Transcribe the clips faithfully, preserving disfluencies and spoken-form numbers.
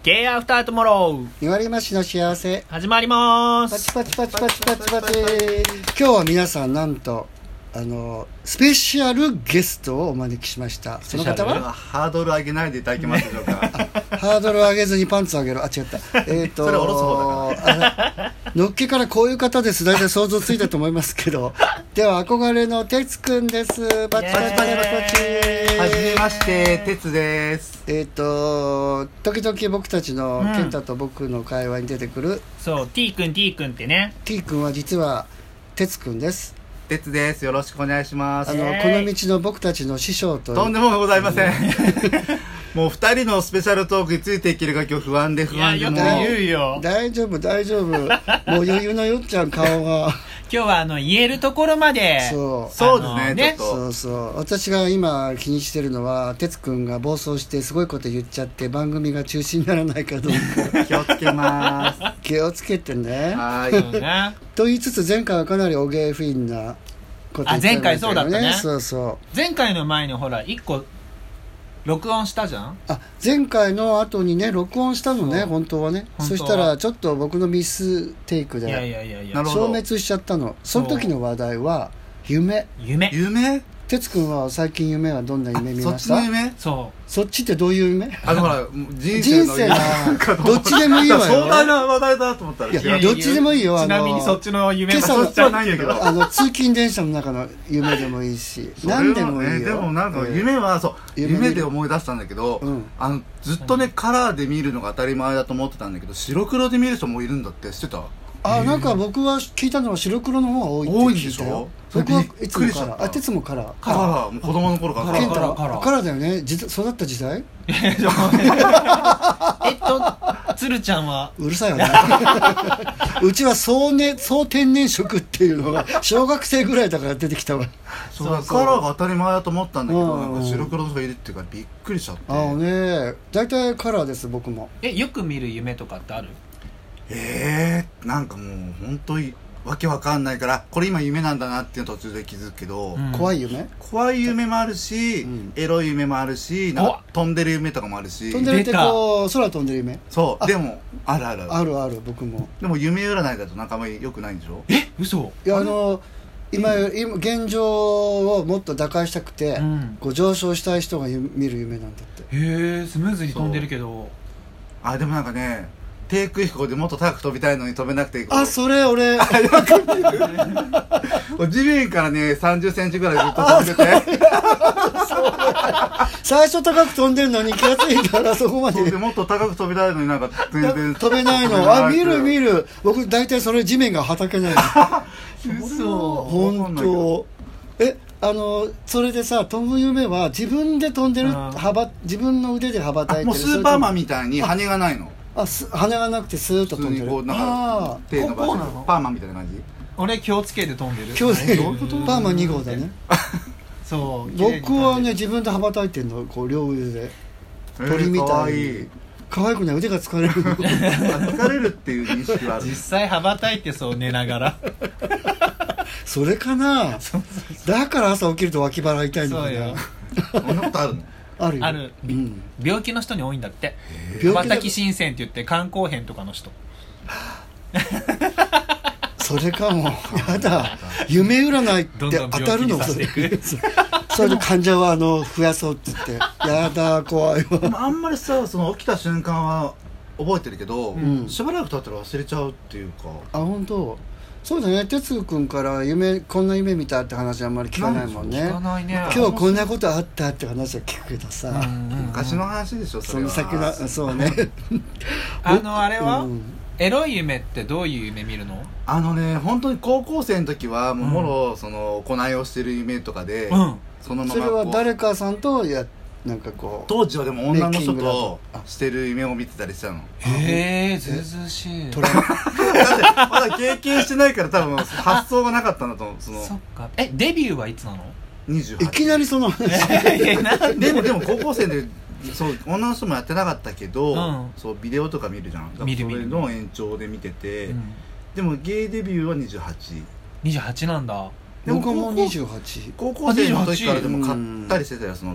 ゲイアフタートゥモローに割増しの幸せ始まりまーパす。 チパチパチパチパチパチ。今日は皆さんなんとあのスペシャルゲストをお招きしました。その方はハードル上げないでいただけますでしょうか。 ハードル上げずにパンツ上げる。あ、違った。えっとそれ下ろす方だから。のっけからこういう方です。大体想像ついたと思いますけど。では憧れのてつくんです。パチパチパチパチパチ。 はじめまして、てつです。 えっと時々僕たちの、うん、ケンタと僕の会話に出てくる。 そう T 君 T 君ってね。 T 君は実はてつくんです。 てつです。よろしくお願いします。 あのこの道の僕たちの師匠ととんでもございません。もうふたりのスペシャルトークについていけるか今日不安で不安で。もう言うよ。 大丈夫大丈夫。もう余裕のよっちゃん顔が。 今日はあの言えるところまで。 そうそうですね。ね、 ちょっとそうそう私が今気にしてるのはてつくんが暴走してすごいこと言っちゃって番組が中止にならないかどうか。 気をつけます。 気をつけてね。 はい。 と言いつつ前回はかなりおゲーフィンなこと言ってましたよね。 あ、前回そうだったね。 そうそう前回の前にほらいっこ録音したじゃん。 あ、前回の後にね録音したのね。本当はね。そしたらちょっと僕のミステイクで消滅しちゃったの。その時の話題は夢。 夢夢。 てつくんは最近夢はどんな夢見ました？ そっちの夢？ そう。 そっちってどういう夢？ あのほら人生の人生がどっちでもいいわよ。 壮大な話題だと思ったら。 いやいやどっちでもいいよ。 ちなみにそっちの夢はそっちはないんだけど。 あの通勤電車の中の夢でもいいし、何でもいいよ。 でもなんか夢はそう夢で思い出したんだけど、あのずっとねカラーで見るのが当たり前だと思ってたんだけど白黒で見る人もいるんだって知ってた？ あ、なんか僕は聞いたのは白黒の方が多いって聞いたよ。僕はいつもカラー。あ、てつもカラー。 カラー、もう子供の頃からケンタはカラーだよね。育った時代？ えっとつるちゃんはうるさいよね。うちは総ね総天然色っていうのが小学生ぐらいだから出てきたわ。 そうだ、カラーが当たり前だと思ったんだけど、なんか白黒の人がいるっていうからびっくりしちゃって。 ああね、大体カラーです僕も。 え、よく見る夢とかってある？ えー、なんかもう本当にわけわかんないからこれ今夢なんだなっていうの途中で気づくけど、 うん、怖い夢怖い夢もあるし、うん、エロい夢もあるし、なんか飛んでる夢とかもあるし。 飛んでるってこう空飛んでる夢？ そうでもあるあるあるある僕も。 でも夢占いだと仲間良くないんでしょ？ え、嘘？ いやあの今今現状をもっと打開したくて、うん、こう上昇したい人が見る夢なんだって。 へえ、スムーズに飛んでるけど。 あ、でもなんかね低空飛行でもっと高く飛びたいのに飛べなくて。 あ、それ俺地面からねさんじゅっセンチぐらいずっと飛んでて最初高く飛んでるのに気がついたらそこまで。 そうでもっと高く飛びたいのになんか全然飛べないの。あ、見る見る。僕大体それ地面が畑ないの。 嘘。 本当。え、あのそれでさ飛ぶ夢は自分で飛んでる幅、自分の腕で羽ばたいてる。 もうスーパーマンみたいに羽がないの？ あ、羽がなくてスーッと飛んでる。 こうなんか手伸ばしてパーマンみたいな感じ。 俺気をつけて飛んでる。 気をつけてパーマンに号だね。 そう僕はね自分で羽ばたいてるの、こう両腕で鳥みたいに。可愛くない？腕が疲れる。 疲れるっていう認識はある。 実際羽ばたいてそう寝ながら。 それかな。だから朝起きると脇腹痛いのかな。 そうよ。 そんなことあるの？ あるよ。 ある、うん、病気の人に多いんだって。羽ばたき新鮮って言って肝硬変とかの人。 それかも。やだ。夢占いって当たるの？それ。それで患者はあの増やそうって言って。やだ、怖いわ。 でもあんまりさ、その起きた瞬間は覚えてるけど、うん、しばらく経ったら忘れちゃうっていうか。 あ、本当。そうだね。哲君から夢こんな夢見たって話あんまり聞かないもんね。 聞かないね。 今日こんなことあったって話は聞くけどさ、 うんうん、昔の話でしょそれは。 その先のそうね。 あのあれは、うん、エロい夢ってどういう夢見るの？ あのね本当に高校生の時はもうもろ、うん、その行いをしてる夢とかで、 うん、 そのままそれは誰かさんとやなんかこう当時はでも女の人としてる夢を見てたりしたの。 へえ、ずうずうしい。 だってまだ経験してないから多分発想がなかったんだと思う。そのそっか。え、デビューはいつなの？ にじゅうはち。 いきなりその話。 でもでも高校生でそう女の人もやってなかったけど、うん、そうビデオとか見るじゃん。見る見る。それの延長で見てて、うん、でもゲイデビューはにじゅうはち。 にじゅうはちなんだ。 僕もにじゅうはち。 高校生の時からでも買ったりしてたよ、その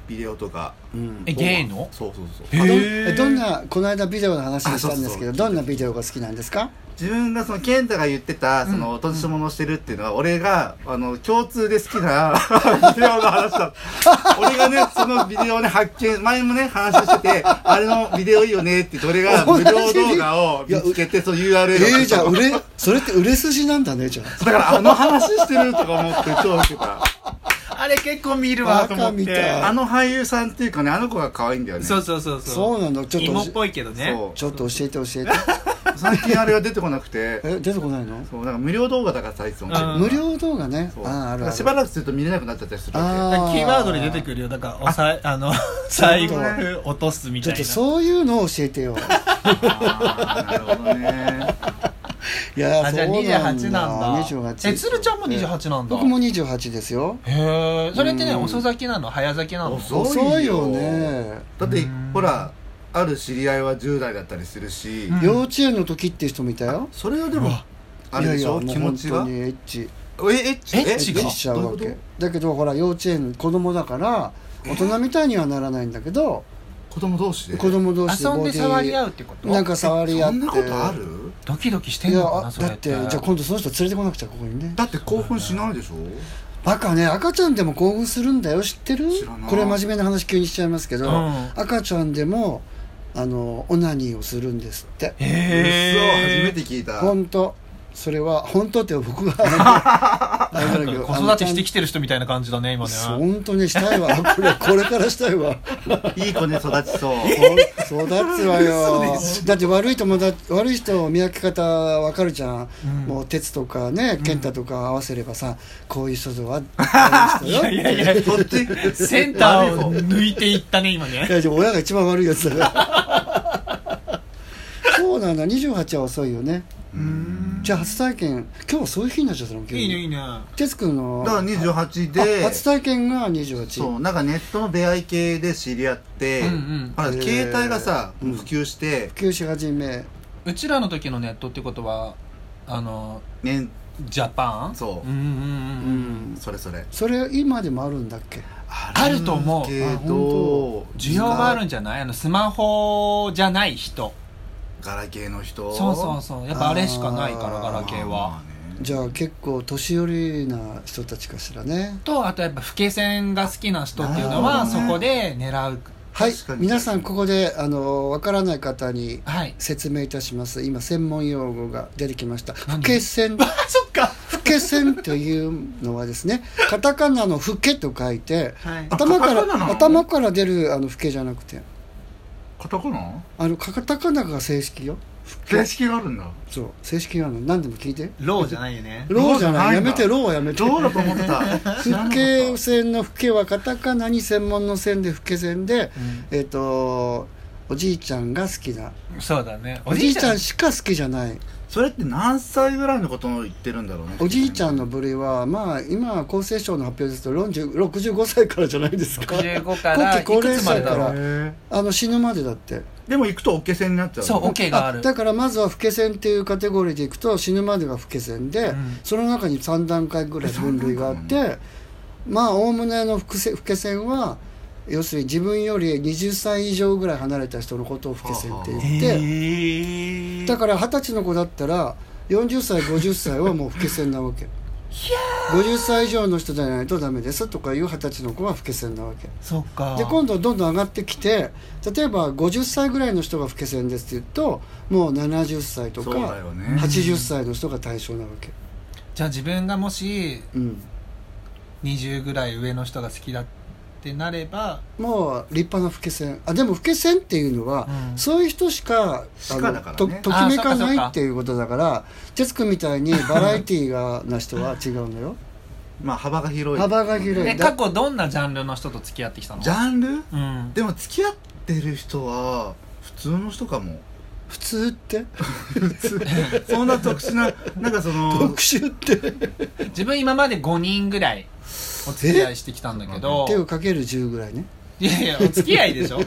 ビデオとか、 うん、えゲイのそうそうそうあどえどんなこの間ビデオの話をしたんですけどどんなビデオが好きなんですか？ 自分がその健太が言ってたその落とし物をしてるっていうのは、うん、俺があの共通で好きなビデオの話だ俺がねそのビデオね発見前もね話しててあれのビデオいいよねって言って俺が無料動画を見つけてその ユーアールエル をえー、じゃあ売れそれって売れ筋なんだねじゃあだからあの話してるとか思って超ウケたあれ結構見るわと思ってあの俳優さんっていうかねあの子が可愛いんだよねそうそうそうそうそうなのちょっと芋っぽいけどねちょっと教えて教えて最近あれが出てこなくてえ出てこないの？ そうなんか無料動画だからさいつも無料動画ねああるあるしばらくすると見れなくなっちゃったりするわけキーワードで出てくるよだからおさあの財布落とすみたいなちょっとそういうのを教えてよあなるほどねいやあじゃあにじゅうはちなんだにじゅうはちえつるちゃんもにじゅうはちなんだ僕もにじゅうはちですよへえそれってね遅咲きなの早咲きなの遅いよねだってほらある知り合いはじゅう代だったりするし、 うん、幼稚園の時って人もいたよそれはでもあれでしょ気持ちが本当にエッチえエッチエッチがしちゃうわけだけどほら幼稚園の子供だから大人みたいにはならないんだけど子供同士で子供同士で遊んで触り合うってことなんか触り合ってそんなことあるドキドキしてんのかなそれだってじゃあ今度その人連れてこなくちゃここにねだって興奮しないでしょバカね赤ちゃんでも興奮するんだよ知ってるこれ真面目な話急にしちゃいますけど、うん、赤ちゃんでもあのオナニーをするんですってへえ初めて聞いた本当それは本当って僕が子育てしてきてる人みたいな感じだね今ね本当にしたいわこれこれからしたいわいい子ね育ちそう育つわよだって悪い友達悪い人見分け方わかるじゃん、うん、もう哲とかね健太とか合わせればさ、うん、こういう人とは悪い人よいやいやいやそっちセンターを抜いていったね今ねいや親が一番悪いやつだからそうなんだにじゅうはちは遅いよねうんじゃあ初体験今日はそういう日になっちゃったのいいねいいね哲くんのだからにじゅうはちで初体験がにじゅうはちそうなんかネットの出会い系で知り合って、うんうん、あ携帯がさ、うん、普及して普及し始めうちらの時のネットってことはあのねジャパンそううんうんうん、うん、それそれそれ今でもあるんだっけあると思うけど需要があるんじゃないあのスマホじゃない人ガラケーの人そうそうそうやっぱあれしかないからガラケーはじゃあ結構年寄りな人たちかしらねとあとやっぱ老け線が好きな人っていうのは、ね、そこで狙うはい皆さんここであの分からない方に説明いたします、はい、今専門用語が出てきました老け線そっか老け線というのはですねカタカナの老けと書いて、はい、頭から頭から出るあの老けじゃなくてカタカナあのカタカナが正式よ正式があるんだそう正式があるの何でも聞いてローじゃないよねローじゃないやめてローはやめてローだと思ってた老け線の老けはカタカナに専門の線で老け線で、うん、えっ、ー、とおじいちゃんが好きなそうだねおじいちゃんしか好きじゃないそれって何歳ぐらいのことを言ってるんだろうねおじいちゃんの部類はまあ今厚生省の発表ですとろくじゅうごさいからじゃないですかろくじゅうごから後期高齢者からあの死ぬまでだってでも行くと老け線になっちゃうそう老けがあるだからまずは老け線っていうカテゴリーでいくと死ぬまでが老け線で、うん、その中にさん段階ぐらい分類があって、ね、まあおおむねの老け線は要するに自分よりはたち以上ぐらい離れた人のことを老け線って言って、はあはあ、だからはたちの子だったらよんじゅっさいごじゅっさいはもう老け線なわけごじゅっさい以上の人じゃないとダメですとかいうはたちの子は老け線なわけそっかで今度どんどん上がってきて例えばごじゅっさいぐらいの人が老け線ですって言うともうななじゅっさいとか、ね、はちじゅっさいの人が対象なわけじゃあ自分がもし、うん、にじゅうぐらい上の人が好きだってなればもう立派な老け線あでも老け線っていうのは、うん、そういう人しかしかだから、ね、 と, ときめかないっていうことだから哲くんみたいにバラエティーがな人は違うのよまあ幅が広い幅が広い過去どんなジャンルの人と付き合ってきたのジャンル、うん、でも付き合ってる人は普通の人かも普通ってそんな特殊ななんかその特殊って自分今までごにんぐらいお付き合いしてきたんだけど手をかけるじゅうぐらいねいやいやお付き合いでしょ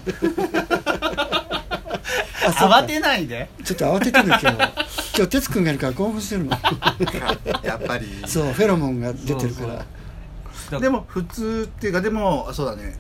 慌てないでちょっと慌ててる今日今日哲くんがいるから興奮してるのやっぱりそうフェロモンが出てるからそうそうでも普通っていうかでもそうだね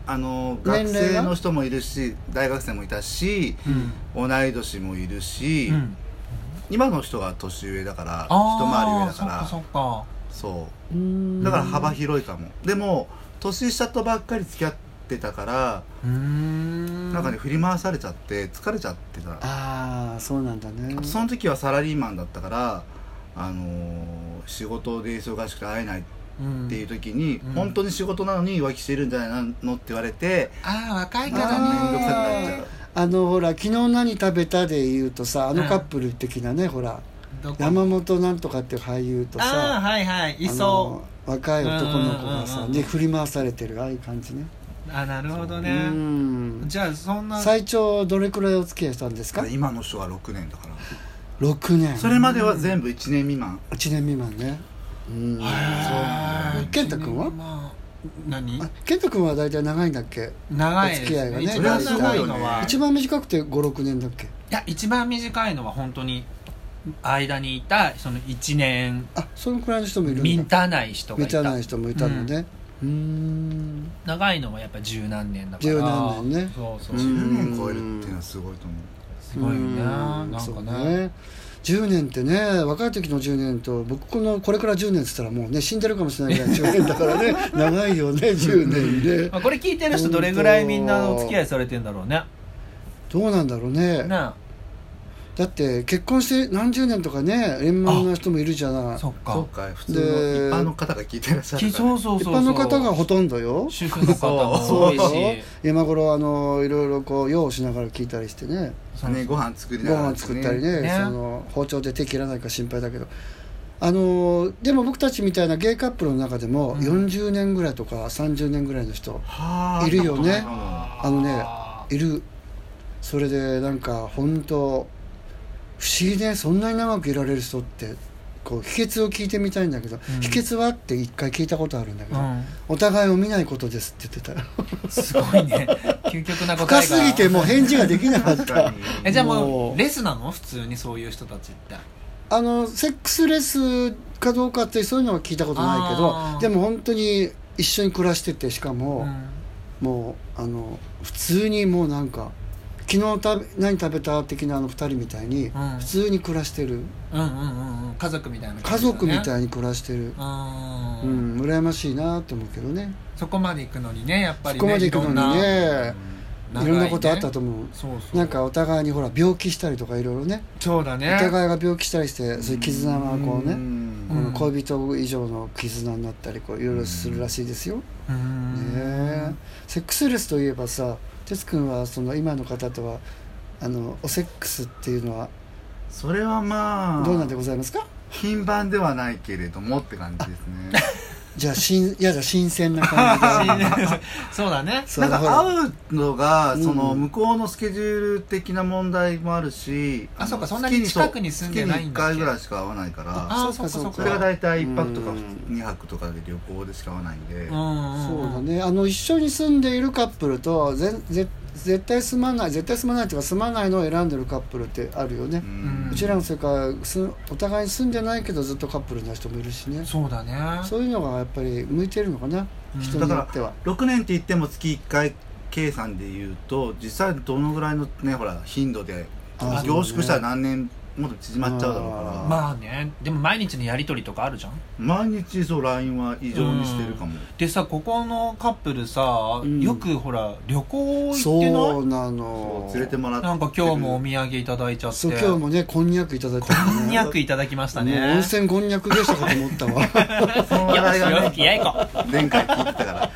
あの学生の人もいるし大学生もいたし、うん、同い年もいるし、うん、今の人が年上だから一回り上だからそっかそっかそうだから幅広いかも。でも年下とばっかり付き合ってたからうーんなんかね振り回されちゃって疲れちゃってた。 ああそうなんだね。 その時はサラリーマンだったからあのー、仕事で忙しくて会えないっていう時に、うん、本当に仕事なのに浮気してるんじゃないのって言われて、 ああ若いからね面倒くさくなっちゃう。 あのほら昨日何食べたで言うとさあのカップル的なね、うん、ほら山本なんとかっていう俳優とさあはいはいいそう若い男の子がさ、ね、振り回されてるああいう感じね。 あなるほどね。うんじゃあそんな最長どれくらいお付き合いしたんですか。 今の人はろくねんだからろくねん。 それまでは全部いちねん未満。 いちねん未満ね。うんそう健太君は何健太君は大体長いんだっけ。 長いですお付き合いがね。 一番長いのは一番短くてごろくねんだっけ。いや一番短いのは本当に間にいたそのいちねんあそのくらいの人もいるんだ。 満たない人がいた。 満たない人もいたのね、うん、うーん長いのはやっぱ十何年だから十何年ね。 そうそうじゅうねん超えるっていうのはすごいと思う。 すごいよね。なんかねじゅうねんってね若い時のじゅうねんと僕このこれからじゅうねんって言ったらもうね死んでるかもしれないぐらいじゅうねんだからね長いよねじゅうねんねこれ聞いてる人どれぐらいみんなお付き合いされてんだろうね。 どうなんだろうね。 ねだって結婚して何十年とかね円満な人もいるじゃない。 そっかそうか普通の一般の方が聞いてらっしゃるから、 そうそうそうそう一般の方がほとんどよ。 主婦の方も多いし今頃あのいろいろこう用をしながら聞いたりしてね。 そうねご飯作りながら、ね、 ご飯作ったり ね, ねその包丁で手切らないか心配だけどあのでも僕たちみたいなゲイカップルの中でもよんじゅうねんぐらいとかさんじゅうねんぐらいの人いるよね。あのねいる。それでなんか本当不思議ねそんなに長くいられる人ってこう秘訣を聞いてみたいんだけど、うん、秘訣はって一回聞いたことあるんだけど、うん、お互いを見ないことですって言ってた。すごいね究極な答えが深すぎてもう返事ができなかったえじゃあもうレスなの普通にそういう人たちってあのセックスレスかどうかってそういうのは聞いたことないけどでも本当に一緒に暮らしててしかも、うん、もうあの普通にもうなんか昨日食べ何食べた的なあのふたりみたいに普通に暮らしてる、 うん、うんうんうんうん家族みたいな、ね、 家族みたいに暮らしてる。あうん、羨ましいなと思うけどね。 そこまで行くのにねやっぱりねそこまで行くのにねいろんな、いろんなことあったと思う。そうそうなんかお互いにほら病気したりとかいろいろね。 そうだねお互いが病気したりしてそういう絆がこうねこの恋人以上の絆になったりこういろいろするらしいですよ。うんねセックスレスといえばさ哲くんはその今の方とはあのおセックスっていうのはそれはまあどうなんでございますか。 頻繁ではないけれどもって感じですねじゃあ新やだ新鮮な感じでそうだねなんか会うのがその向こうのスケジュール的な問題もあるし、 あそうかそんなに近くに住んでないんだっけ。 月にいっかいぐらいしか会わないからあそうかそうかそれが大体いっぱくとかにはくとかで旅行でしか会わないんで。 そうだねあの一緒に住んでいるカップルとぜぜ絶対住まない絶対住まないっていうか住まないのを選んでるカップルってあるよね。うんうちらの世界お互いに住んでないけどずっとカップルな人もいるしね。 そうだねそういうのがやっぱり向いてるのかな、うん、人によっては。 ろくねんって言っても月いっかい計算で言うと実際どのぐらいのねほら頻度で凝縮したら何年もっと縮まっちゃうだろうから。 まあねでも毎日のやり取りとかあるじゃん。 毎日そう ライン は異常にしてるかも、うん、 でさここのカップルさ、うん、よくほら旅行行ってない。 そうなの連れてもらってなんか今日もお土産いただいちゃって。 そう今日もねこんにゃくいただいた、ね、 こんにゃくいただきましたね。 温泉こんにゃくでしたかと思ったわその話題がねよしやいこ前回聞いてたから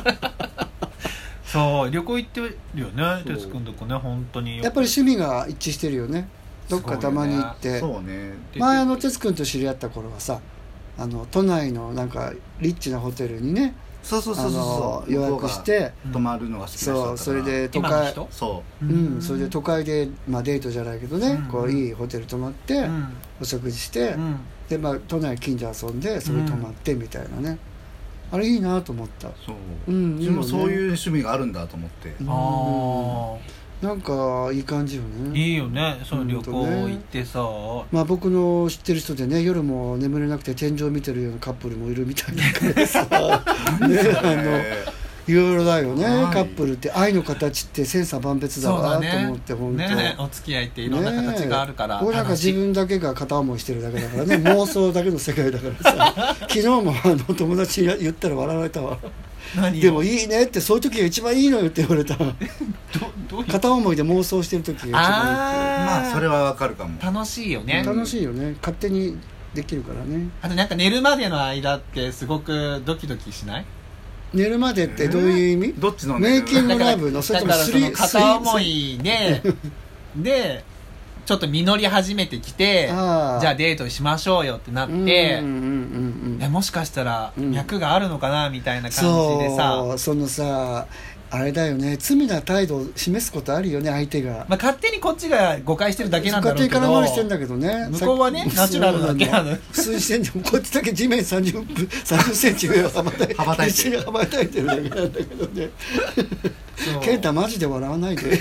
そう旅行行ってるよね哲くんとこね本当にやっぱり趣味が一致してるよね。どっかたまに行って、 そうね前あの哲くんと知り合った頃はさあの都内のなんかリッチなホテルにねそうそうそうそう予約して泊まるのが好きな人だったから、 そうそれで都会そう、 うん、それで都会で、まあ、デートじゃないけどね、うん、こういいホテル泊まって、うん、お食事して、うん、でまあ都内近所遊んでそれ泊まってみたいなね、うん、あれいいなと思った。 そう、うん、自分もそういう趣味があるんだと思って、 うん、ああなんかいい感じよね。 いいよねその旅行行ってさ、ね、 まあ僕の知ってる人でね夜も眠れなくて天井見てるようなカップルもいるみたいだからさねあのいろいろだよね、 はいカップルって愛の形って千差万別だそうだなと思ねって本当ねお付き合いっていろんな形があるから、 ね、俺なんか自分だけが片思いしてるだけだからね妄想だけの世界だからさ昨日もあの友達に言ったら笑われたわ何でもいいねってそういう時が一番いいのよって言われたどどういう片思いで妄想してる時が一番いいってあまあそれはわかるかも。 楽しいよね、 楽しいよね勝手にできるからね。 あとなんか寝るまでの間ってすごくドキドキしない？ 寝るまでってどういう意味、 えーどっちのメイキンねグラブのそれともだからそのスリ片思いででちょっと実り始めてきてあーじゃあデートしましょうよってなって、 うんうんうんうんえもしかしたらうん脈があるのかなみたいな感じでさ、 そうそのさあれだよね罪な態度を示すことあるよね相手が、 まあ、勝手にこっちが誤解してるだけなんだろうけど勝手に空回りしてんだけどね向こうはねナチュラルなだけなのよ普通にしてんじゃんこっちだけ地面さんじゅっセンチ上を羽ばたいて羽ばたいて必死に羽ばたいてるだけなんだけどねそう健太マジで笑わないで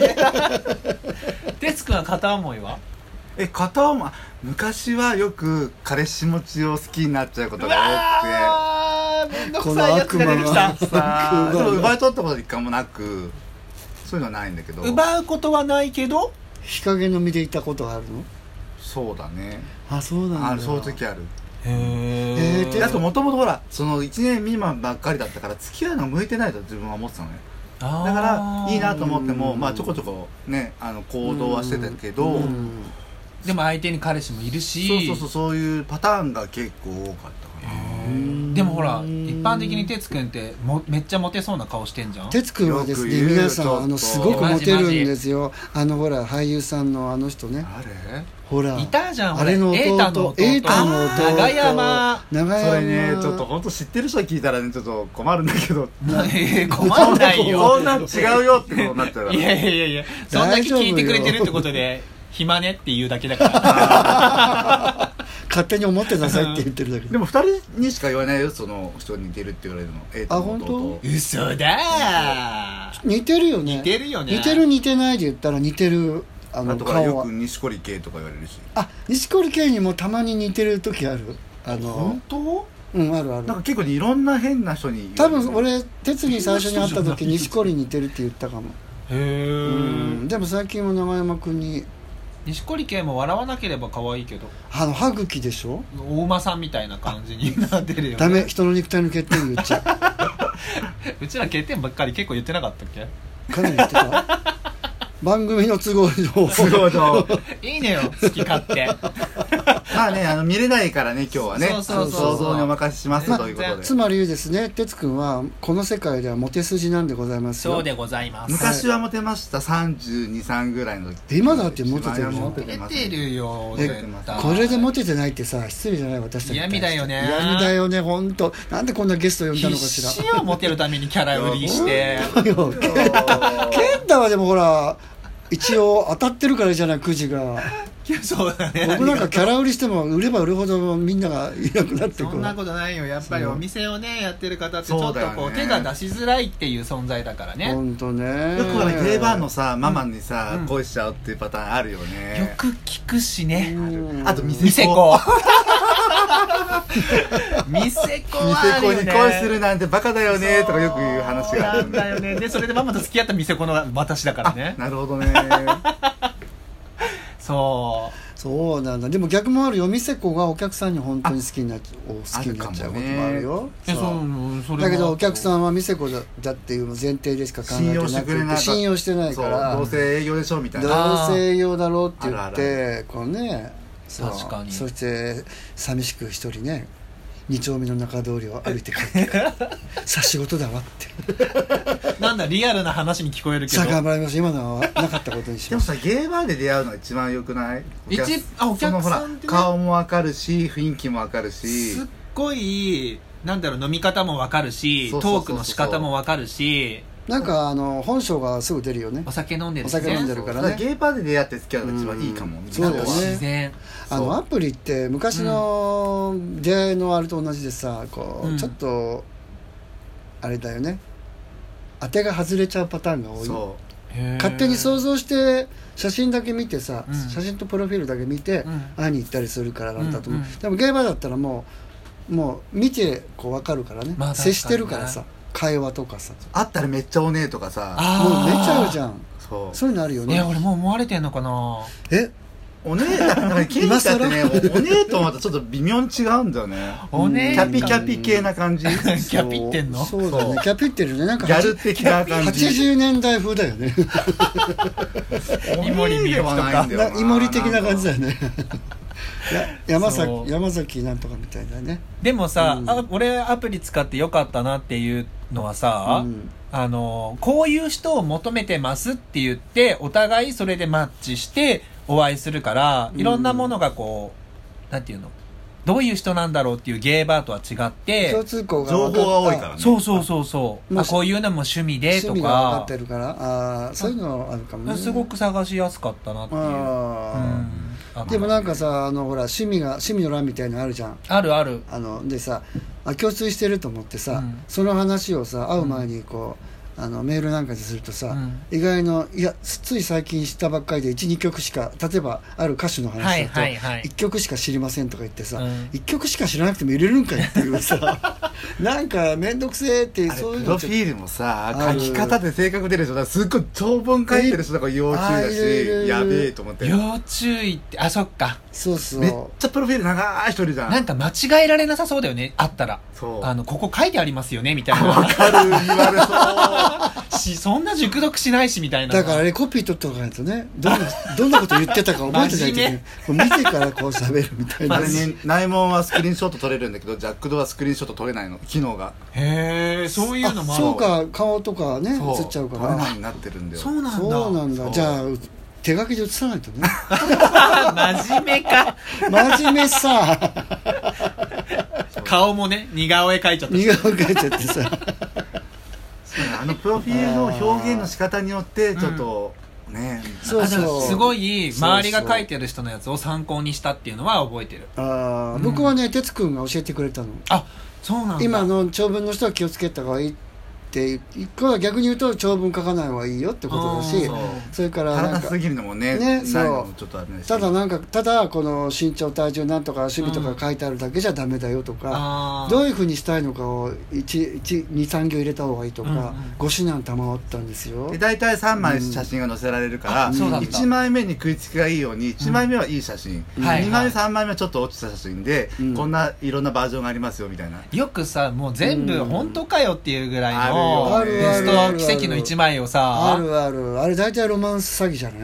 哲くんは片思いはえ片思い昔はよく彼氏持ちを好きになっちゃうことがわーめんどくさいやつが出てきた多くてさあでも奪い取ったこと一回もなくそういうのはないんだけど奪うことはないけど日陰の身でいたことがあるのそうだねあそうなんだあるそういう時あるへーえーであともともとほらそのいちねん未満ばっかりだったから付き合うのが向いてないと自分は思ってたのねあーだからいいなと思ってもうんまあちょこちょこねあの行動はしてたけどうんでも相手に彼氏もいるしそうそうそうそういうパターンが結構多かったかなでもほら一般的に哲くんってもめっちゃモテそうな顔してんじゃん。 哲くんはですねよく言う皆さちょっとんあのすごくモテるんですよあのほら俳優さんのあの人ね誰ほらいたじゃんあれのエータの弟弟エータの弟あー長山長山それねちょっと本当知ってる人が聞いたらねちょっと困るんだけどえー困んないよそんなん違うよってことになっちゃうからいやいやいやいやそんだけ聞いてくれてるってことで暇ねって言うだけだから勝手に思ってなさいって言ってるだけでもふたりにしか言わないよその人に似てるって言われるのエータの弟嘘だー似てるよね似てるよね似てる似てないで言ったら似てるあのあとからよ顔はく錦織圭とか言われるしあ錦織圭にもたまに似てる時あるあの本当うんあるあるなんか結構いろんな変な人に多言われる分俺哲に最初に会った時変な人じゃない錦織似てるって言ったかもへうえんでも最近は長山君に錦織圭も笑わなければ可愛いけどあの歯茎でしょ大馬さんみたいな感じになってるよねダメ人の肉体の欠点言っちゃうちら欠点ばっかり結構言ってなかったっけうかなり言ってた番組の都合上すごいといいねよ好き勝手まあねあの見れないからね今日はねそうそうそう想像にお任せしますまあということでつまりですね哲くんはこの世界ではモテ筋なんでございますよそうでございます昔はモテましたさんじゅうに、さんぐらいの時今だってモテてるじゃんモテてます出てるよえ絶対これでモテてないってさ失礼じゃない私たちに対して嫌味だよね嫌味だよね本当なんでこんなゲスト呼んだのかしら必死よモテるためにキャラ売りしていや健太はでもほら一応当たってるからじゃないくじがそうだね僕なんかキャラ売りしても売れば売るほどみんながいなくなっていくそんなことないよやっぱりお店をねやってる方ってちょっとそうだよねこう手が出しづらいっていう存在だからね本当ねよくあの定番のさママにさ、 うん恋しちゃうっていうパターンあるよねよく聞くしねうんあと店店子店子はあるよね店子に恋するなんてバカだよねとかよく言う話があるそうなんだよねでそれでママと付き合った店子の私だからねなるほどねそうそうなんだでも逆もあるよ店子がお客さんに本当に好きになっちゃう好きになっちゃうこともあるよえそうそうそれはだけどお客さんは店子だだっていう前提でしか考えて信用しなくてくれないて信用してないからそうどうせ営業でしょみたいどなうせ営業だろうって言っあるてこうねそう確かにそして寂しく一人ね二丁目の中通りを歩いて帰ってくるさあ仕事だわってなんだリアルな話に聞こえるけどさあ頑張ります今のはなかったことにしでもますさゲーバーで出会うのが一番良くない一あお客さんってねそのほら顔もわかるし雰囲気もわかるしすっごいなんだろう飲み方もわかるしそうそうそうそうトークの仕方もわかるしなんかあの本性がすぐ出るよねお酒飲んでるお酒飲んでるからねゲーバーで出会って付き合うのが一番いいかも、 うんそうだよね自然あのアプリって昔の出会いのあれと同じでさこう、 うんちょっとあれだよね当てが外れちゃうパターンが多いそう勝手に想像して写真だけ見てさ、 うん写真とプロフィールだけ見て、 うん会いに行ったりするからなんだと思う、 うんうんでもゲーバーだったらもうもう見てこう分かるからね、 まあ接してるからさ、 会話とかさあったらめっちゃおねえとかさ、 もう寝ちゃうじゃん。 そうそういうのあるよね。 え俺もう思われてんのかな。 えおねえだからケンタってねおねえとまたちょっと微妙に違うんだよね。 おねえキャピキャピ系な感じ。 キャピってんの。 そうだね、キャピってるね。なんかギャル的な感じ。 はちじゅうねんだい風だよね。 イモリみゆきとかイモリ的な感じだよね。や山崎山崎なんとかみたいだね。 でもさ、 うん、 あ俺アプリ使ってよかったなっていうのはさ、うん、あのこういう人を求めてますって言ってお互いそれでマッチしてお会いするからいろんなものがこう、うん、なんていうのどういう人なんだろうっていうゲーバーとは違って共通項が情報が多いからね。 そうそうそうそうあこういうのも趣味でとか趣味が分かってるからあそういうのあるかもね。 すごく探しやすかったなっていう。あ、 うん、でもなんかさあのほら趣味が趣味の欄みたいなのあるじゃん。 あるある。 あのでさあ共通してると思ってさ、うん、その話をさ会う前にこう、うん、あのメールなんかでするとさ、うん、意外のいやつい最近知ったばっかりで いち,に 曲しか例えばある歌手の話だと、はいはいはい、いっきょくしか知りませんとか言ってさ、うん、いっきょくしか知らなくても入れるんかいっていうさなんかめんどくせえってそういうのプロフィールもさ書き方で性格出る人だすっごい長文書いてる人だから要注意だしやべえと思って要注意ってあそっかそうそうめっちゃプロフィール長い人いるじゃん。 なんか間違えられなさそうだよねあったら。 そうあのここ書いてありますよねみたいな。 わかる言われそうしそんな熟読しないしみたいな。 だからあれコピー取っておかないとねどんなどんなこと言ってたか覚えてないとね見てからこう喋るみたいな。 あれね内門はスクリーンショット撮れるんだけどジャックドはスクリーンショット撮れないの機能が。 へえそういうのもある。 そうか顔とかね映っちゃうから撮れないになってるんだよ。 そうなんだそうなんだ。じゃあ手書きで写さないとね真面目か真面目さ顔もね似顔絵描いちゃった似顔絵描いちゃってさあのプロフィールの表現の仕方によってちょっと、うん、ねそうそうすごい周りが書いてる人のやつを参考にしたっていうのは覚えてる。 あ、うん、僕はね哲くんが教えてくれたの。 あそうなんだ。今の長文の人は気をつけた方がいいってこれは逆に言うと長文書かない方がいいよってことだし そ, それからなんか体すぎるのもねねそうちょっとあれです。 ただなんかただこの身長体重なんとか趣味とか書いてあるだけじゃダメだよとか、うん、どういうふうにしたいのかをいち、に、さん行入れた方がいいとか、うんうん、ご指南賜ったんですよ。 で大体さんまい写真が載せられるから、うん、いちまいめに食いつきがいいようにいちまいめはいい写真、うん、にまいめさんまいめはちょっと落ちた写真で、うん、こんないろんなバージョンがありますよみたいな。 よくさもう全部本当かよっていうぐらいの、 うん、あるよねベスト奇跡の一枚をさあるあるあれ大体ロマンス詐欺じゃない？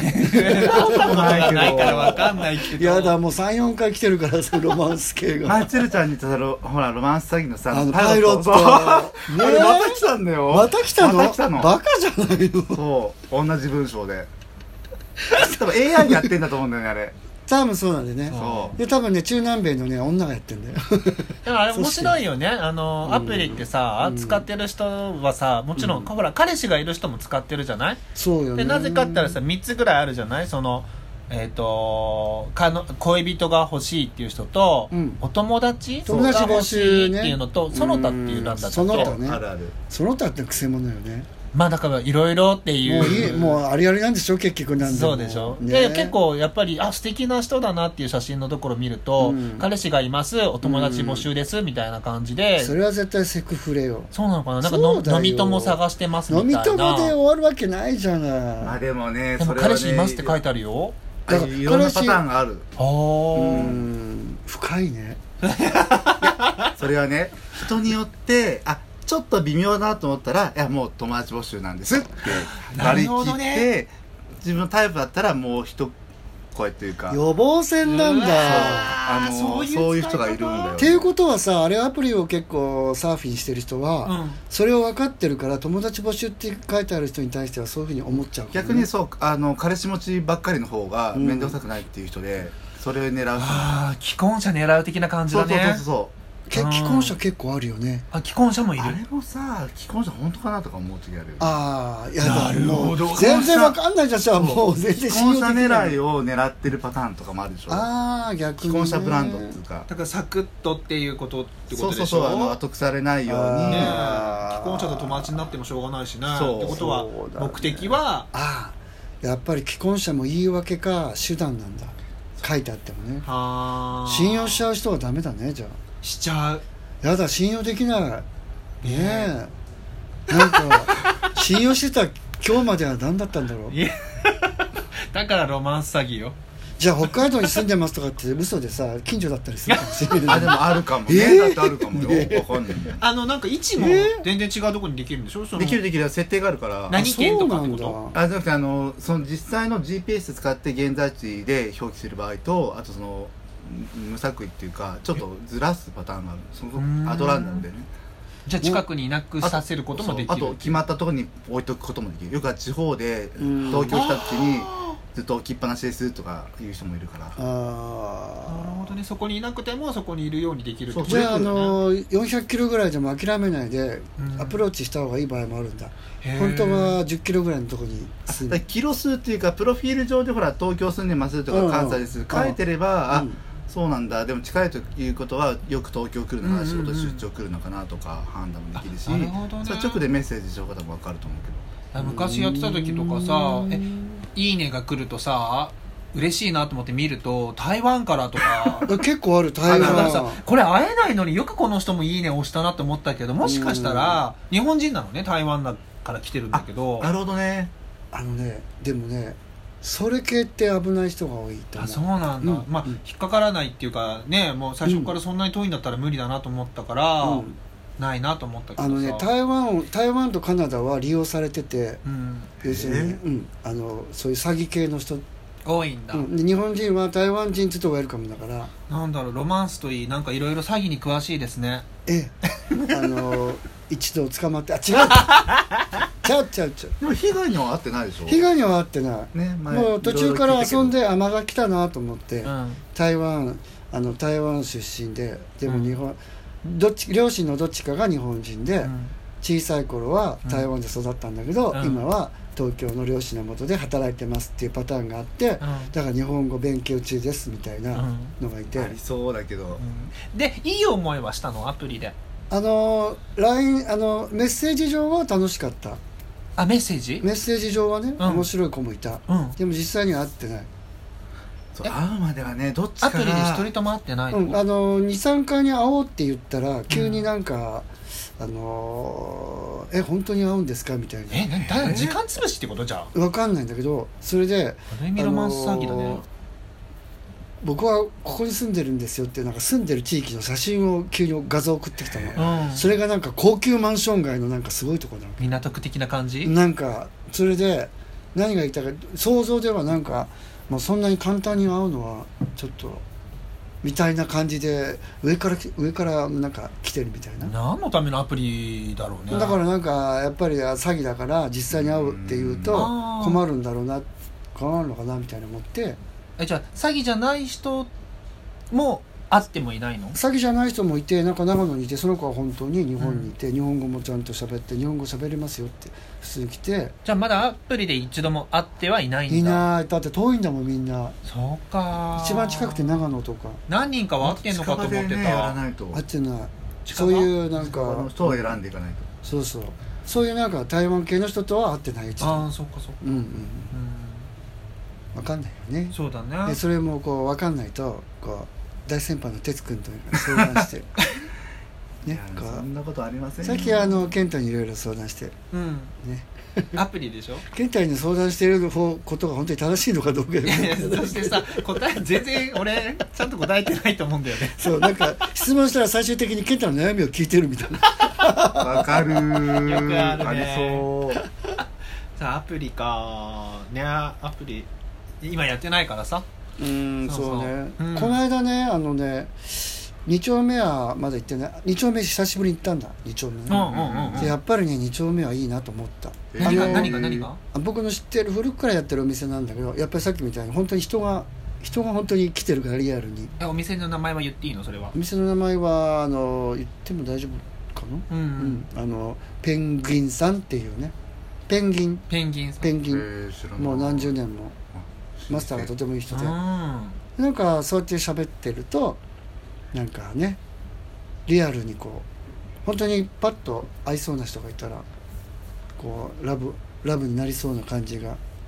ないから分かんないけどやだもう さん,よん 回来てるからさロマンス系がまつるちゃんに言ったらほらロマンス詐欺のさあのパイロットあれまた来たんだよ。 また来たの？ また来たのバカじゃないの。 そう同じ文章で多分 エーアイ やってんだと思うんだよねあれ多分そうなんでね。で多分ね中南米のね女がやってんだよでもあれ面白いよねあの、うん、アプリってさ、うん、使ってる人はさもちろん、うん、ほら彼氏がいる人も使ってるじゃない。 そうよね。 でなぜかって言ったらさみっつぐらいあるじゃない。そのえー、とかの恋人が欲しいっていう人と、うん、お友達友達が欲しいっていうのと、ね、その他っていうなんだったっけ。 その他ねあるあるその他ってくせ者よね。 まあだからいろいろっていうもういいもうありありなんでしょ結局なんでそうでしょ、ね、で結構やっぱりあ素敵な人だなっていう写真のところ見ると、うん、彼氏がいますお友達募集です、うん、みたいな感じでそれは絶対セクフレよ。 そうなのかな。なんかの飲み友探してますみたいな。 飲み友で終わるわけないじゃない。 まあでもねでも彼氏いますって書いてあるよ。 だからいろんなパターンがある。 あーうん深いねそれはね人によってあちょっと微妙だなと思ったらいやもう友達募集なんですって割り切って、ね、自分のタイプだったらもう一声っていうか予防線なんだ。 あのそういう、そういう人がいるんだよ。 っていうことはさあれアプリを結構サーフィンしてる人は、うん、それを分かってるから友達募集って書いてある人に対してはそういうふうに思っちゃう、ね、 逆にそうあの彼氏持ちばっかりの方が面倒くさくないっていう人で、うん、それを狙う人。 ああ既婚者狙う的な感じだね。 そうそうそうそう既婚者結構あるよね。 あ既婚者もいる。 あれもさ既婚者本当かなとか思う時あるよね。 ああいやなるほど全然わかんないじゃんさもう全然既婚者狙いを狙ってるパターンとかもあるでしょ。 ああ逆に、ね、 既婚者ブランドっていうかだからサクッとっていうことってことでしょ。 そうそうそうあの後腐れないように、ね、 既婚者と友達になってもしょうがないしねってことは、ね、目的はああやっぱり既婚者も言い訳か手段なんだ書いてあってもね。 は信用しちゃう人はダメだね。じゃあしちゃう。 やだ信用できない。 ねえなんか信用してた今日までは何だったんだろう。 いやだからロマンス詐欺よ。 じゃあ北海道に住んでますとかって嘘でさ近所だったりするかもしれないあでもあるかもね、 えーだってあるかもよ、 ねわかんないあのなんか位置もえ全然違うところにできるんでしょ。そのできるできる設定があるから何県とかってこあそうなんと？ だあじゃなくてあのその実際の ジーピーエス 使って現在地で表記する場合と、あとその無作為っていうかちょっとずらすパターンがある。そうーんのアドランダムでね、 じゃあ近くにいなくさせることもできる。 あと決まったところに置いとくこともできる。よくは地方でうん東京来た時にずっと置きっぱなしですとかいう人もいるから。 あなるほどね。そこにいなくてもそこにいるようにできるってことじゃあ、あだよね。 のよんひゃっキロぐらいでも諦めないでうんアプローチした方がいい場合もあるんだ。 へー本当はじゅっキロぐらいのところに住んでだからキロ数っていうかプロフィール上でほら東京住んでますとうんうんか関西です書いてれば、 うんあそうなんだ、でも近いということはよく東京来るのかな、 うんうんうん仕事出張来るのかなとか判断もできるし、 あなるほどねそれ直でメッセージした方が分かると思うけど。 昔やってた時とかさ、えいいねが来るとさ嬉しいなと思って見ると台湾からとか結構ある台あだから湾さこれ会えないのによくこの人もいいねを押したなって思ったけど、もしかしたら日本人なのね、台湾から来てるんだけど。 なるほどね。 あのねでもねそれ系って危ない人が多いと思う。 あそうなんだ、 うんまあ、 うん引っかからないっていうかね、もう最初からそんなに遠いんだったら無理だなと思ったから、 うんないなと思ったけどさ。 あのね台湾台湾とカナダは利用されてて、 うん、 要するに、ねうん、あのそういう詐欺系の人、 多いんだ、 うん、で日本人は台湾人って言うとウェルカムだから、 なんだろう、ロマンスといいなんかいろいろ詐欺に詳しいですね。 ええあの一度捕まってあ違うちゃうちゃうちゃうでも被害には遭ってないでしょ。 被害には遭ってないね、前もう途中から遊んいろいろ聞いたけどであまが来たなと思って、 うん台湾あの台湾出身ででも日本、どっち両親のどっちかが日本人で、 うん小さい頃は台湾で育ったんだけど、 うん今は東京の両親の下で働いてますっていうパターンがあって、 うんだから日本語勉強中ですみたいなのがいて、 ありそうだけど、 うんでいい思いはしたのアプリで。 あの ライン あのメッセージ上は楽しかった。 あメッセージ、 メッセージ上はね、 うん面白い子もいた。 うん、 でも実際には会ってない。 そう会うまではねどっちかがアプリで一人とも会ってないの、 うん、あのにさんかいに会おうって言ったら急になんか、あのーえ本当に会うんですかみたいな。 え何だ時間潰しってことじゃあ。 わかんないんだけど、それである意味ロマンス詐欺だね、 あのー僕はここに住んでるんですよってなんか住んでる地域の写真を急に画像送ってきたの、 うん、 それがなんか高級マンション街のなんかすごいところなの。 港区的な感じ、 なんかそれで何が言いたいか想像ではなんかもうそんなに簡単に会うのはちょっとみたいな感じで上から上からなんか来てるみたいな。 何のためのアプリだろうね。 だからなんかやっぱり詐欺だから実際に会うっていうとあー困るんだろうな困るのかなみたいな思って。 えじゃあ詐欺じゃない人も会ってもいないの？ 詐欺じゃない人もいてなんか長野にいてその子は本当に日本にいて、うん、日本語もちゃんと喋って日本語喋れますよって普通に来て。 じゃあまだアプリで一度も会ってはいないんだ。 いないだって遠いんだもんみんな。 そうか。 一番近くて長野とか何人かは会ってんのかと思ってた。 近場でねやらないと会ってない。 近場そういうなん近場のか人を選んでいかないと。 そうそうそういうなんか台湾系の人とは会ってない。うちああそっかそっか。 うんうんうん分かんないよね。 そうだね。 でそれもこう分かんないとこう大先輩の哲くんと相談してねいやこそんなことありませうんよ。 さっきあの健太にいろいろ相談してうんねアプリでしょ。 健太に相談している方ことが本当に正しいのかどうかいやいやそしてさ答え全然俺ちゃんと答えてないと思うんだよね。 そうなんか質問したら最終的に健太の悩みを聞いてるみたいな。 わかるー。 よくあるねありそう。 さあアプリかねアプリ今やってないからさ。 うんそうそうそうね、 うんこの間ねあのねに丁目はまだ行ってない。に丁目久しぶりに行ったんだ。に丁目ね、 うんうんうんうんでやっぱりねに丁目はいいなと思った。 何があの何が何があ僕の知ってる古くからやってるお店なんだけどやっぱりさっきみたいに本当に人が人が本当に来てるからリアルに。 えお店の名前は言っていいのそれはお。店の名前はあの言っても大丈夫かな、 うん、ううんん、あのペンギンさんっていうねペンギンペンギンさん。 ペンギン、 えー知らないもう何十年もマスターがとてもいい人で、 うんなんかそうやって喋ってるとなんかねリアルにこう本当にパッと会いそうな人がいたらこうラブラブになりそうな感じが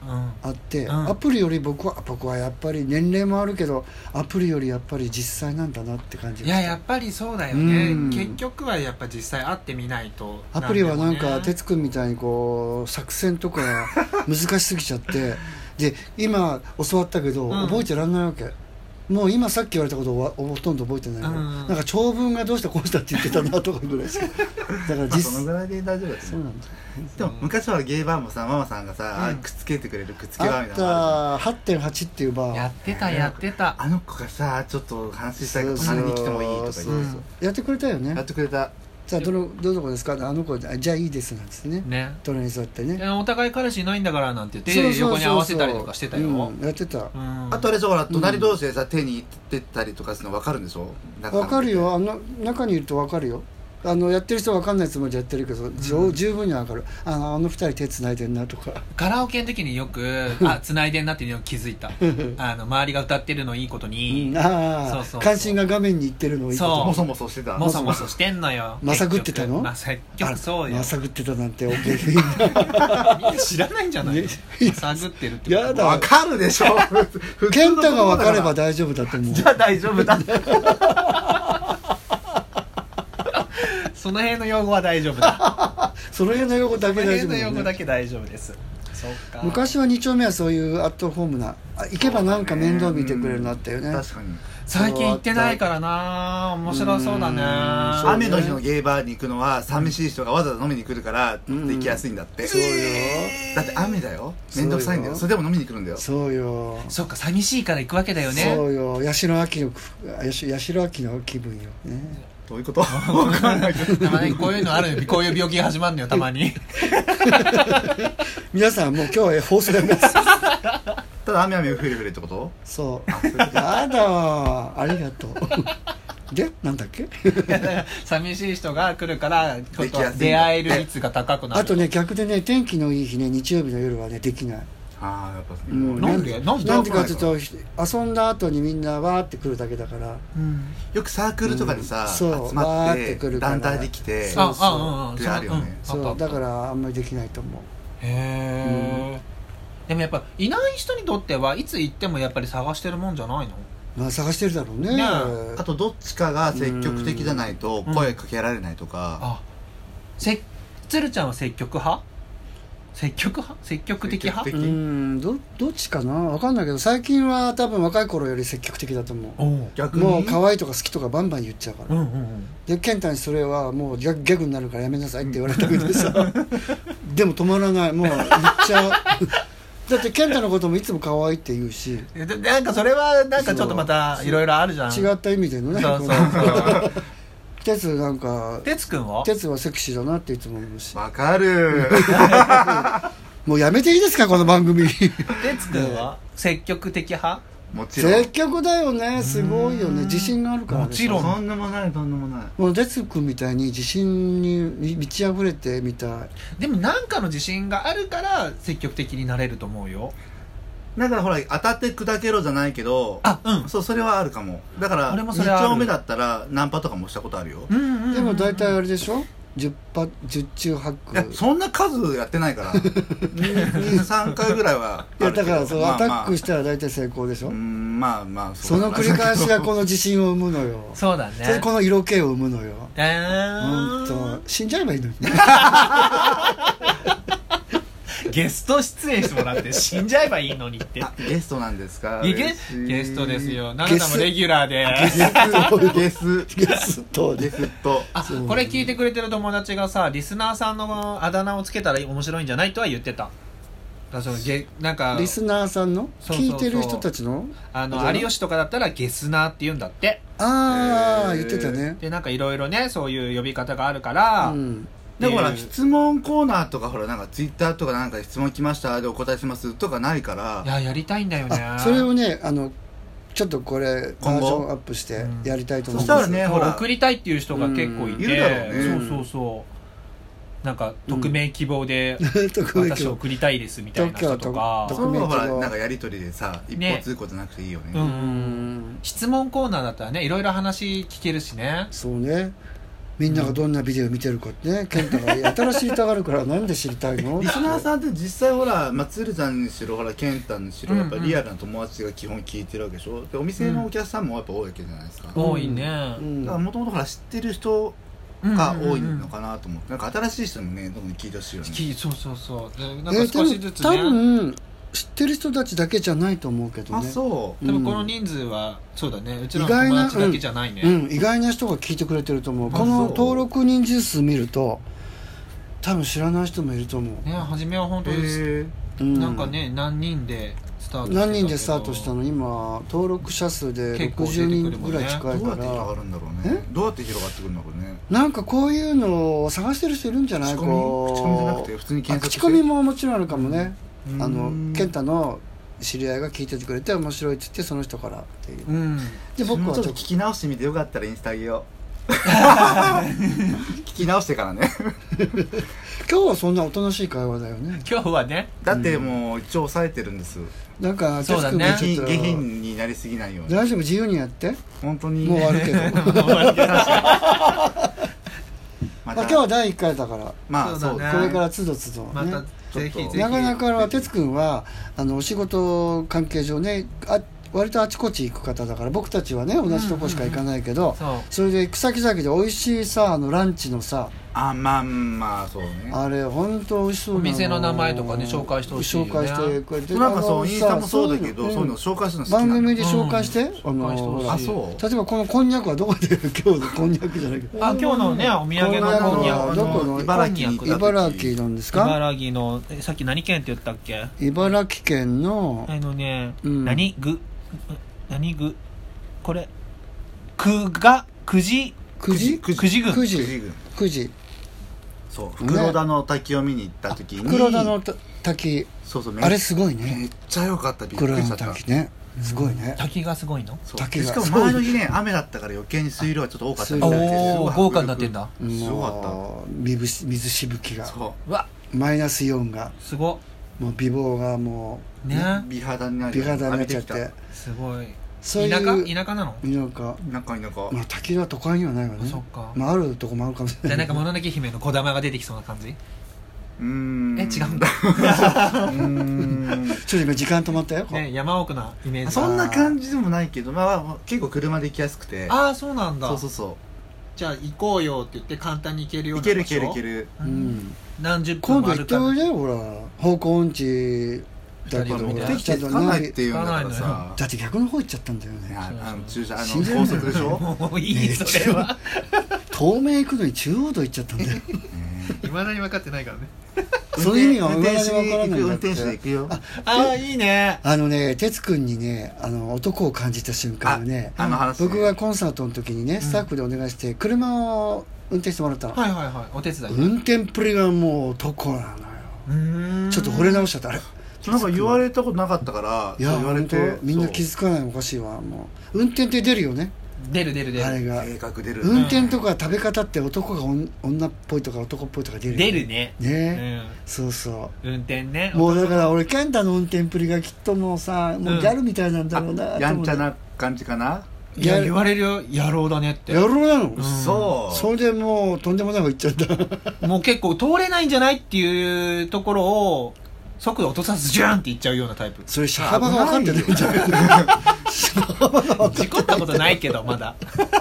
あって、 うん、 アプリより僕は僕はやっぱり年齢もあるけどアプリよりやっぱり実際なんだなって感じがした。 いややっぱりそうだよね、 うん、 結局はやっぱ実際会ってみないと、 アプリはなんか哲くんみたいにこう作戦とか難しすぎちゃってで今教わったけど、うん、覚えてらんないわけ。もう今さっき言われたことはほとんど覚えてないから、うん、なんか長文がどうしたこうしたって言ってたなとかぐらいしかだから実そのぐらいで大丈夫です。そうなんだ。でも昔はゲイバーもさママさんがさ、うん、くっつけてくれるくっつけバーみたいなのあった はってんはち っていうバーやってたやってた。 あの子がさちょっと話したいから隣に来てもいいとか言って、うん、 やってくれたよね。 やってくれた。 さあどのどの子ですかあの子じゃあいいですなんですね。ね隣に座ってねお互い彼氏いないんだからなんて言って横に合わせたりとかしてたよ、うん、 やってた、うん、 あとあれでしょほら隣同士でさ、うん、手にってったりとかするの分かるんでしょ。 分かるよあの中にいると分かるよ。あのやってる人は分かんないつもりでやってるけど、うん、十分に分かる。あのあの二人手つないでんなとかカラオケの時によくあつないでんなっていうのを気づいたあの周りが歌ってるのいいことに、 うん、ああそうそうそう関心が画面にいってるのをいいこともそもそしてたもそもそしてんのよまさぐってたのまさぐそうよまさぐってたなんておけみんな知らないんじゃないのまさぐってるってやだ分かるでしょ健太が分かれば大丈夫だと思う。 じゃあ大丈夫だその辺の用語は大丈夫だその辺の用語だけ大丈夫だ、ね、 その辺の用語だけ大丈夫です。そうか昔はに丁目はそういうアットホームな行けばなんか面倒見てくれるなったよね。 確かに最近行ってないからな面白そうだね。 雨の日のゲイバーに行くのは寂しい人がわざわざ飲みに来るから行きやすいんだって。 そうよだって雨だよ面倒くさいんだよ。それでも飲みに来るんだよ。 そうよそっか寂しいから行くわけだよね。 そうよ八代秋の八代秋の気分よね。 どういうこと分かんないけどたまにこういうのあるよこういう病気が始まるのよたまに皆さんもう今日は放送やめますただ雨雨ふれふれってこと。 そうやだありがとうでなんだっけ寂しい人が来るからちょっと出会える率が高くなる。 あとね逆でね天気のいい日ね日曜日の夜はねできない。 あやっぱ、 うん、なんでなんでなんでかというと遊んだ後にみんなわーって来るだけだから、 うん、よくサークルとかでさ、うん、集まって団体で来てそうそうってあるよね。 そうだからあんまりできないと思う。 へえ、うん、でもやっぱいない人にとってはいつ行ってもやっぱり探してるもんじゃないの。 まあ探してるだろう ね, ねあとどっちかが積極的じゃないと声かけられないとか、うん、あせつるちゃんは積極派積極派積極的派うーん ど, どっちかな分かんないけど最近は多分若い頃より積極的だと思う。逆にもう可愛いとか好きとかバンバン言っちゃうから、うんうんうん、で健太にそれはもうギャグ、ギャグになるからやめなさいって言われたけどさでも止まらないもう言っちゃうだって健太のこともいつも可愛いって言うしなんかそれはなんかちょっとまたいろいろあるじゃん。 違った意味でのねそうそうそう哲なんか哲くんは哲はセクシーだなっていつも思うし。 わかるもうやめていいですかこの番組哲くんは積極的派。 もちろん積極だよねすごいよね自信があるから、ね、 もちろんそんなもないそんなもないもう哲くんみたいに自信に満ち溢れてみたい。 でもなんかの自信があるから積極的になれると思うよ。 だからほら当たって砕けろじゃないけどあ、うん、 そうそれはあるかも。だからに丁目だったらナンパとかもしたことあるよ、 うんうんうんうん、でも大体あれでしょじゅう, じゅう中はち句そんな数やってないからにさんかいぐらいはあるけどいやだからそう、まあまあ、アタックしたら大体成功でしょ。 うんまあまあそ, その繰り返しがこの自信を生むのよそうだねそれこの色気を生むのよ。 えー、 ほんと死んじゃえばいいのにゲスト出演してもらって死んじゃえばいいのにってゲストなんですか。 ゲ, ゲストですよ。奈々さんもレギュラーでゲスゲスゲストゲストあこれ聞いてくれてる友達がさリスナーさんのあだ名をつけたら面白いんじゃないとは言ってた。だそのゲなんかリスナーさんのそうそうそう聞いてる人たちのあの有吉とかだったらゲスナーって言うんだって。 ああ言ってたね。 でなんかいろいろねそういう呼び方があるから、うんでもほら質問コーナーとかほらなんかツイッターとかなんか質問来ましたでお答えしますとかないからいややりたいんだよね。 それをねあのちょっとこれバージョンアップしてやりたいと思うんです、うん、そしたらねほら送りたいっていう人が結構いて、 いるだろうね。 そうそうそうなんか匿名希望で、うん、私送りたいですみたいな人とかそうほらなんかやり取りでさ一方通行じゃなくていいよね、 うんうん、質問コーナーだったらねいろいろ話聞けるしね。 そうねみんながどんなビデオ見てるかってね、健太がやたら知りたがるからなんで知りたいのリスナーさんって実際ほら松浦ちゃんにしろほら健太にしろ、 うんうんやっぱリアルな友達が基本聞いてるわけでしょ。でお店のお客さんもやっぱ多いわけじゃないですか、 うん、多いね、 うんだからもともとほら知ってる人が多いのかなと思って、なんか新しい人もねどんどん聞いてほしいよね。 きそうそうそうでなんえーか少しずつ多ね、 分知ってる人たちだけじゃないと思うけどあね。 そう多分この人数はそうだね、うちらの意外な友達だけじゃないね、 うん、意外な人が聞いてくれてると思う。 あこのそう登録人数見ると多分知らない人もいると思う、 ね、初めは本当へです、 えうん、 なんかね何人でスタートしてたけど何人でスタートしたの。今登録者数で結構ろくじゅうにん出てくるもんねぐらい近いどうやってから、 広がるんだろうね。どうやって広がってくるんだろうね。 なんかこういうのを探してる人いるんじゃない？ 口コミこう口コミじゃなくて普通に検索してあ口コミももちろんあるかもね、 うんあの健太の知り合いが聞いててくれて面白いって言ってその人からっていう、 うんで僕はちょっともうちょっと聞き直してみてよかったらインスタあげよう聞き直してからね今日はそんなおとなしい会話だよね。 今日はねだってもう一応抑えてるんです。 なんかそうだね哲君がちょっと下品になりすぎないように。 大丈夫、自由にやって。 本当にもう終わるけどままあ今日はだいいっかいだからまあそううそだねこれからつどつどまたね、 ぜひぜひなかなか哲くんはあのお仕事関係上ねあ割とあちこち行く方だから、僕たちはね同じとこしか行かないけど、 そうそれで行く先々で美味しいさあのランチのさあまあまあそうね。 あれ本当美味しそうなお店の名前とかね紹介してほしいよね紹介してくれて、 なんかあのそうインスタもそうだけどさそういうの紹介するの好きなの。 番組で紹介して、 うんあ紹介してほしいのあそう例えばこのこんにゃくはどこで今日のこんにゃくじゃないけどあ今日のねお土産のこんにゃくどこの茨城に行った時茨城なんですか？ 茨城のえさっき何県って言ったっけ？ 茨城県のあのね、 うん何具何具これくがくじくじくじ郡くじくじ郡くじそう袋田の滝を見に行った時に黒田のた滝そうそうあれすごいめね。 っちゃ良かった。びっく黒田のりしちゃった。 滝ねすごいね。 滝がすごいの？ そう滝がしかも前の日ね雨だったから余計に水量がちょっと多かったみたいで水量おー豪華になってんだ。 すごかった。 もう水水しぶきがそうわマイナスイオンがすごもう美貌がもうね美肌になるう美肌になっちゃっ浴びてきすごいそういう田舎田舎なの？ 田舎たなんかなんかまあ滝は都会にはないわね。 そっかまああるとこもあるかもしれない。 じゃあなんかもののけ姫の小玉が出てきそうな感じ？ うーんえ違うんだうーんちょっと今時間止まったよ。 ね山奥なイメージそんな感じでもないけど、まあ、結構車で行きやすくてああそうなんだ。 そうそうそじゃあ行こうよって言って簡単に行けるよういうな場所けるいけるいけるうん何十分今度行っても歩かおいでよほら方向音痴だけどほら二人でできてつかないっていうんだからさだって逆の方行っちゃったんだよね。 いやあの駐車あ信じられないの高速でしょもういいそれは東名行くのに中央道行っちゃったんだよ。 いまだに分かってないからねその意味が運転手未だに分からないんだって運転手で行くよあああいいねあのね哲くんにねあの男を感じた瞬間はねあの話ね僕がコンサートの時にねスタッフでお願いして車を運転してもらったの、 はいはいはいお手伝い運転っぷりがもう男なのよ。 うーんちょっと惚れ直しちゃったあれ。 なんか言われたことなかったからいやそう言われ本当てみんな気づかないのおかしいわ。もう運転って出るよね出る出る出るあれが。 性格出る運転とか食べ方って男が女女っぽいとか男っぽいとか出るよ出るねね、 うんそうそ運転ねうもうだから俺健太の運転っぷりがきっともうさもうギャルみたいなんだろうな、 あやんちゃな感じかな。 いや言われるよ野郎だねって野郎なの、 うんそうそれでもうとんでもない方行っちゃったもう結構通れないんじゃないっていうところを速度落とさずジューンっていっちゃうようなタイプそれ車幅が分かってないんじゃない車幅が分かって事故ったことないけどまだ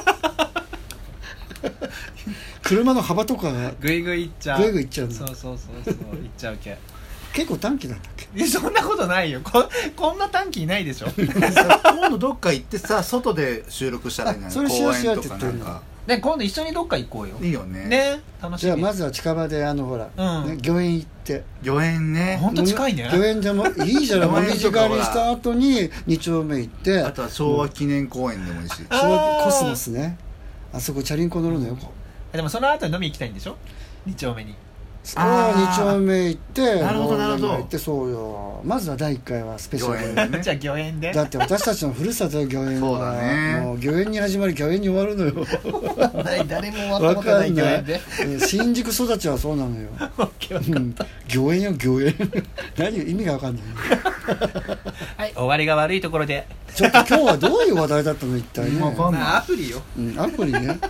車の幅とかがグイグイいっちゃうグイグイいっちゃうのそうそうそうそういっちゃうけ結構短期なんだっけ。 いやそんなことないよここんな短期いないでしょ今度どっか行ってさ外で収録したらいいんじゃない？ あそれしようしよう公園とかって言ってるのなんかね今度一緒にどっか行こうよいいよね。 ね楽しみじゃあまずは近場であのほら、 うんね、御苑行って御苑ね。 ほんと近いね御苑でもいいじゃない御苑もみじ狩りした後にに丁目行ってあとは昭和記念公園でもいいし。 あそのコスモスねあそこチャリンコ乗るのよ、 でもその後に飲み行きたいんでしょに丁目にああに丁目行ってなるほどなるほど行ってそうよまずはだいいっかいはスペシャルで御苑ねじゃあ御苑でだって私たちのふるさとよ御苑そうだはねもう御苑に始まり御苑に終わるのよない誰も終わったわことなかんないい御苑でうん新宿育ちはそうなのよオッケーオッケーうん御苑よ御苑何意味がわかんないはい終わりが悪いところでちょっと今日はどういう話題だったの一体ねわかんないまあアプリようん、アプリね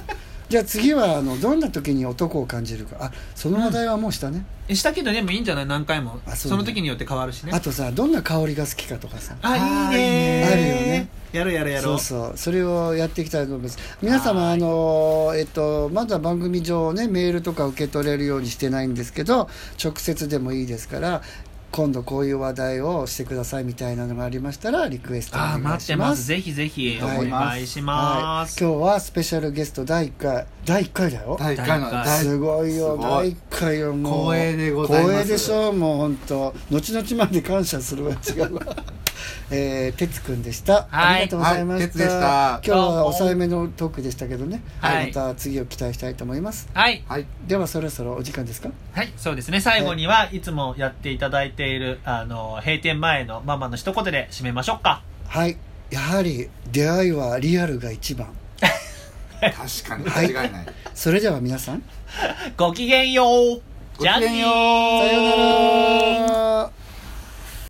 じゃあ次はあのどんな時に男を感じるか。あ、その話題はもうしたね、 うん、したけどでもいいんじゃない、何回も。 そ,、ね、その時によって変わるしね。 あとさ、どんな香りが好きかとかさ。 あ、いいね。 あるよね。 やろうやろうやろう。 そうそう、それをやっていきたいと思います。皆様、あのえっとまだ番組上ねメールとか受け取れるようにしてないんですけど、直接でもいいですから、今度こういう話題をしてくださいみたいなのがありましたらリクエストお願いします。 あ、待ってます。ぜひぜひお願いします、 はいはい、今日はスペシャルゲストだいいっかい、だいいっかいだよ。 だいいっかいのすごいよ、だいいっかいよ。もう光栄でございます。 光栄でしょ。もう本当後々まで感謝するわ。違うわ。えー、哲くんでした、はい、ありがとうございました、はい、 哲でした。 今日は抑えめのトークでしたけどね、 はい、 また次を期待したいと思います。 はい、 はい、ではそろそろお時間ですか。 はい、そうですね。最後にはいつもやっていただいているあの閉店前のママの一言で締めましょうか。 はい、やはり出会いはリアルが一番。 確かに間違いない、はい、 それでは皆さんごきげんよう。 じゃあねー。 さようなら。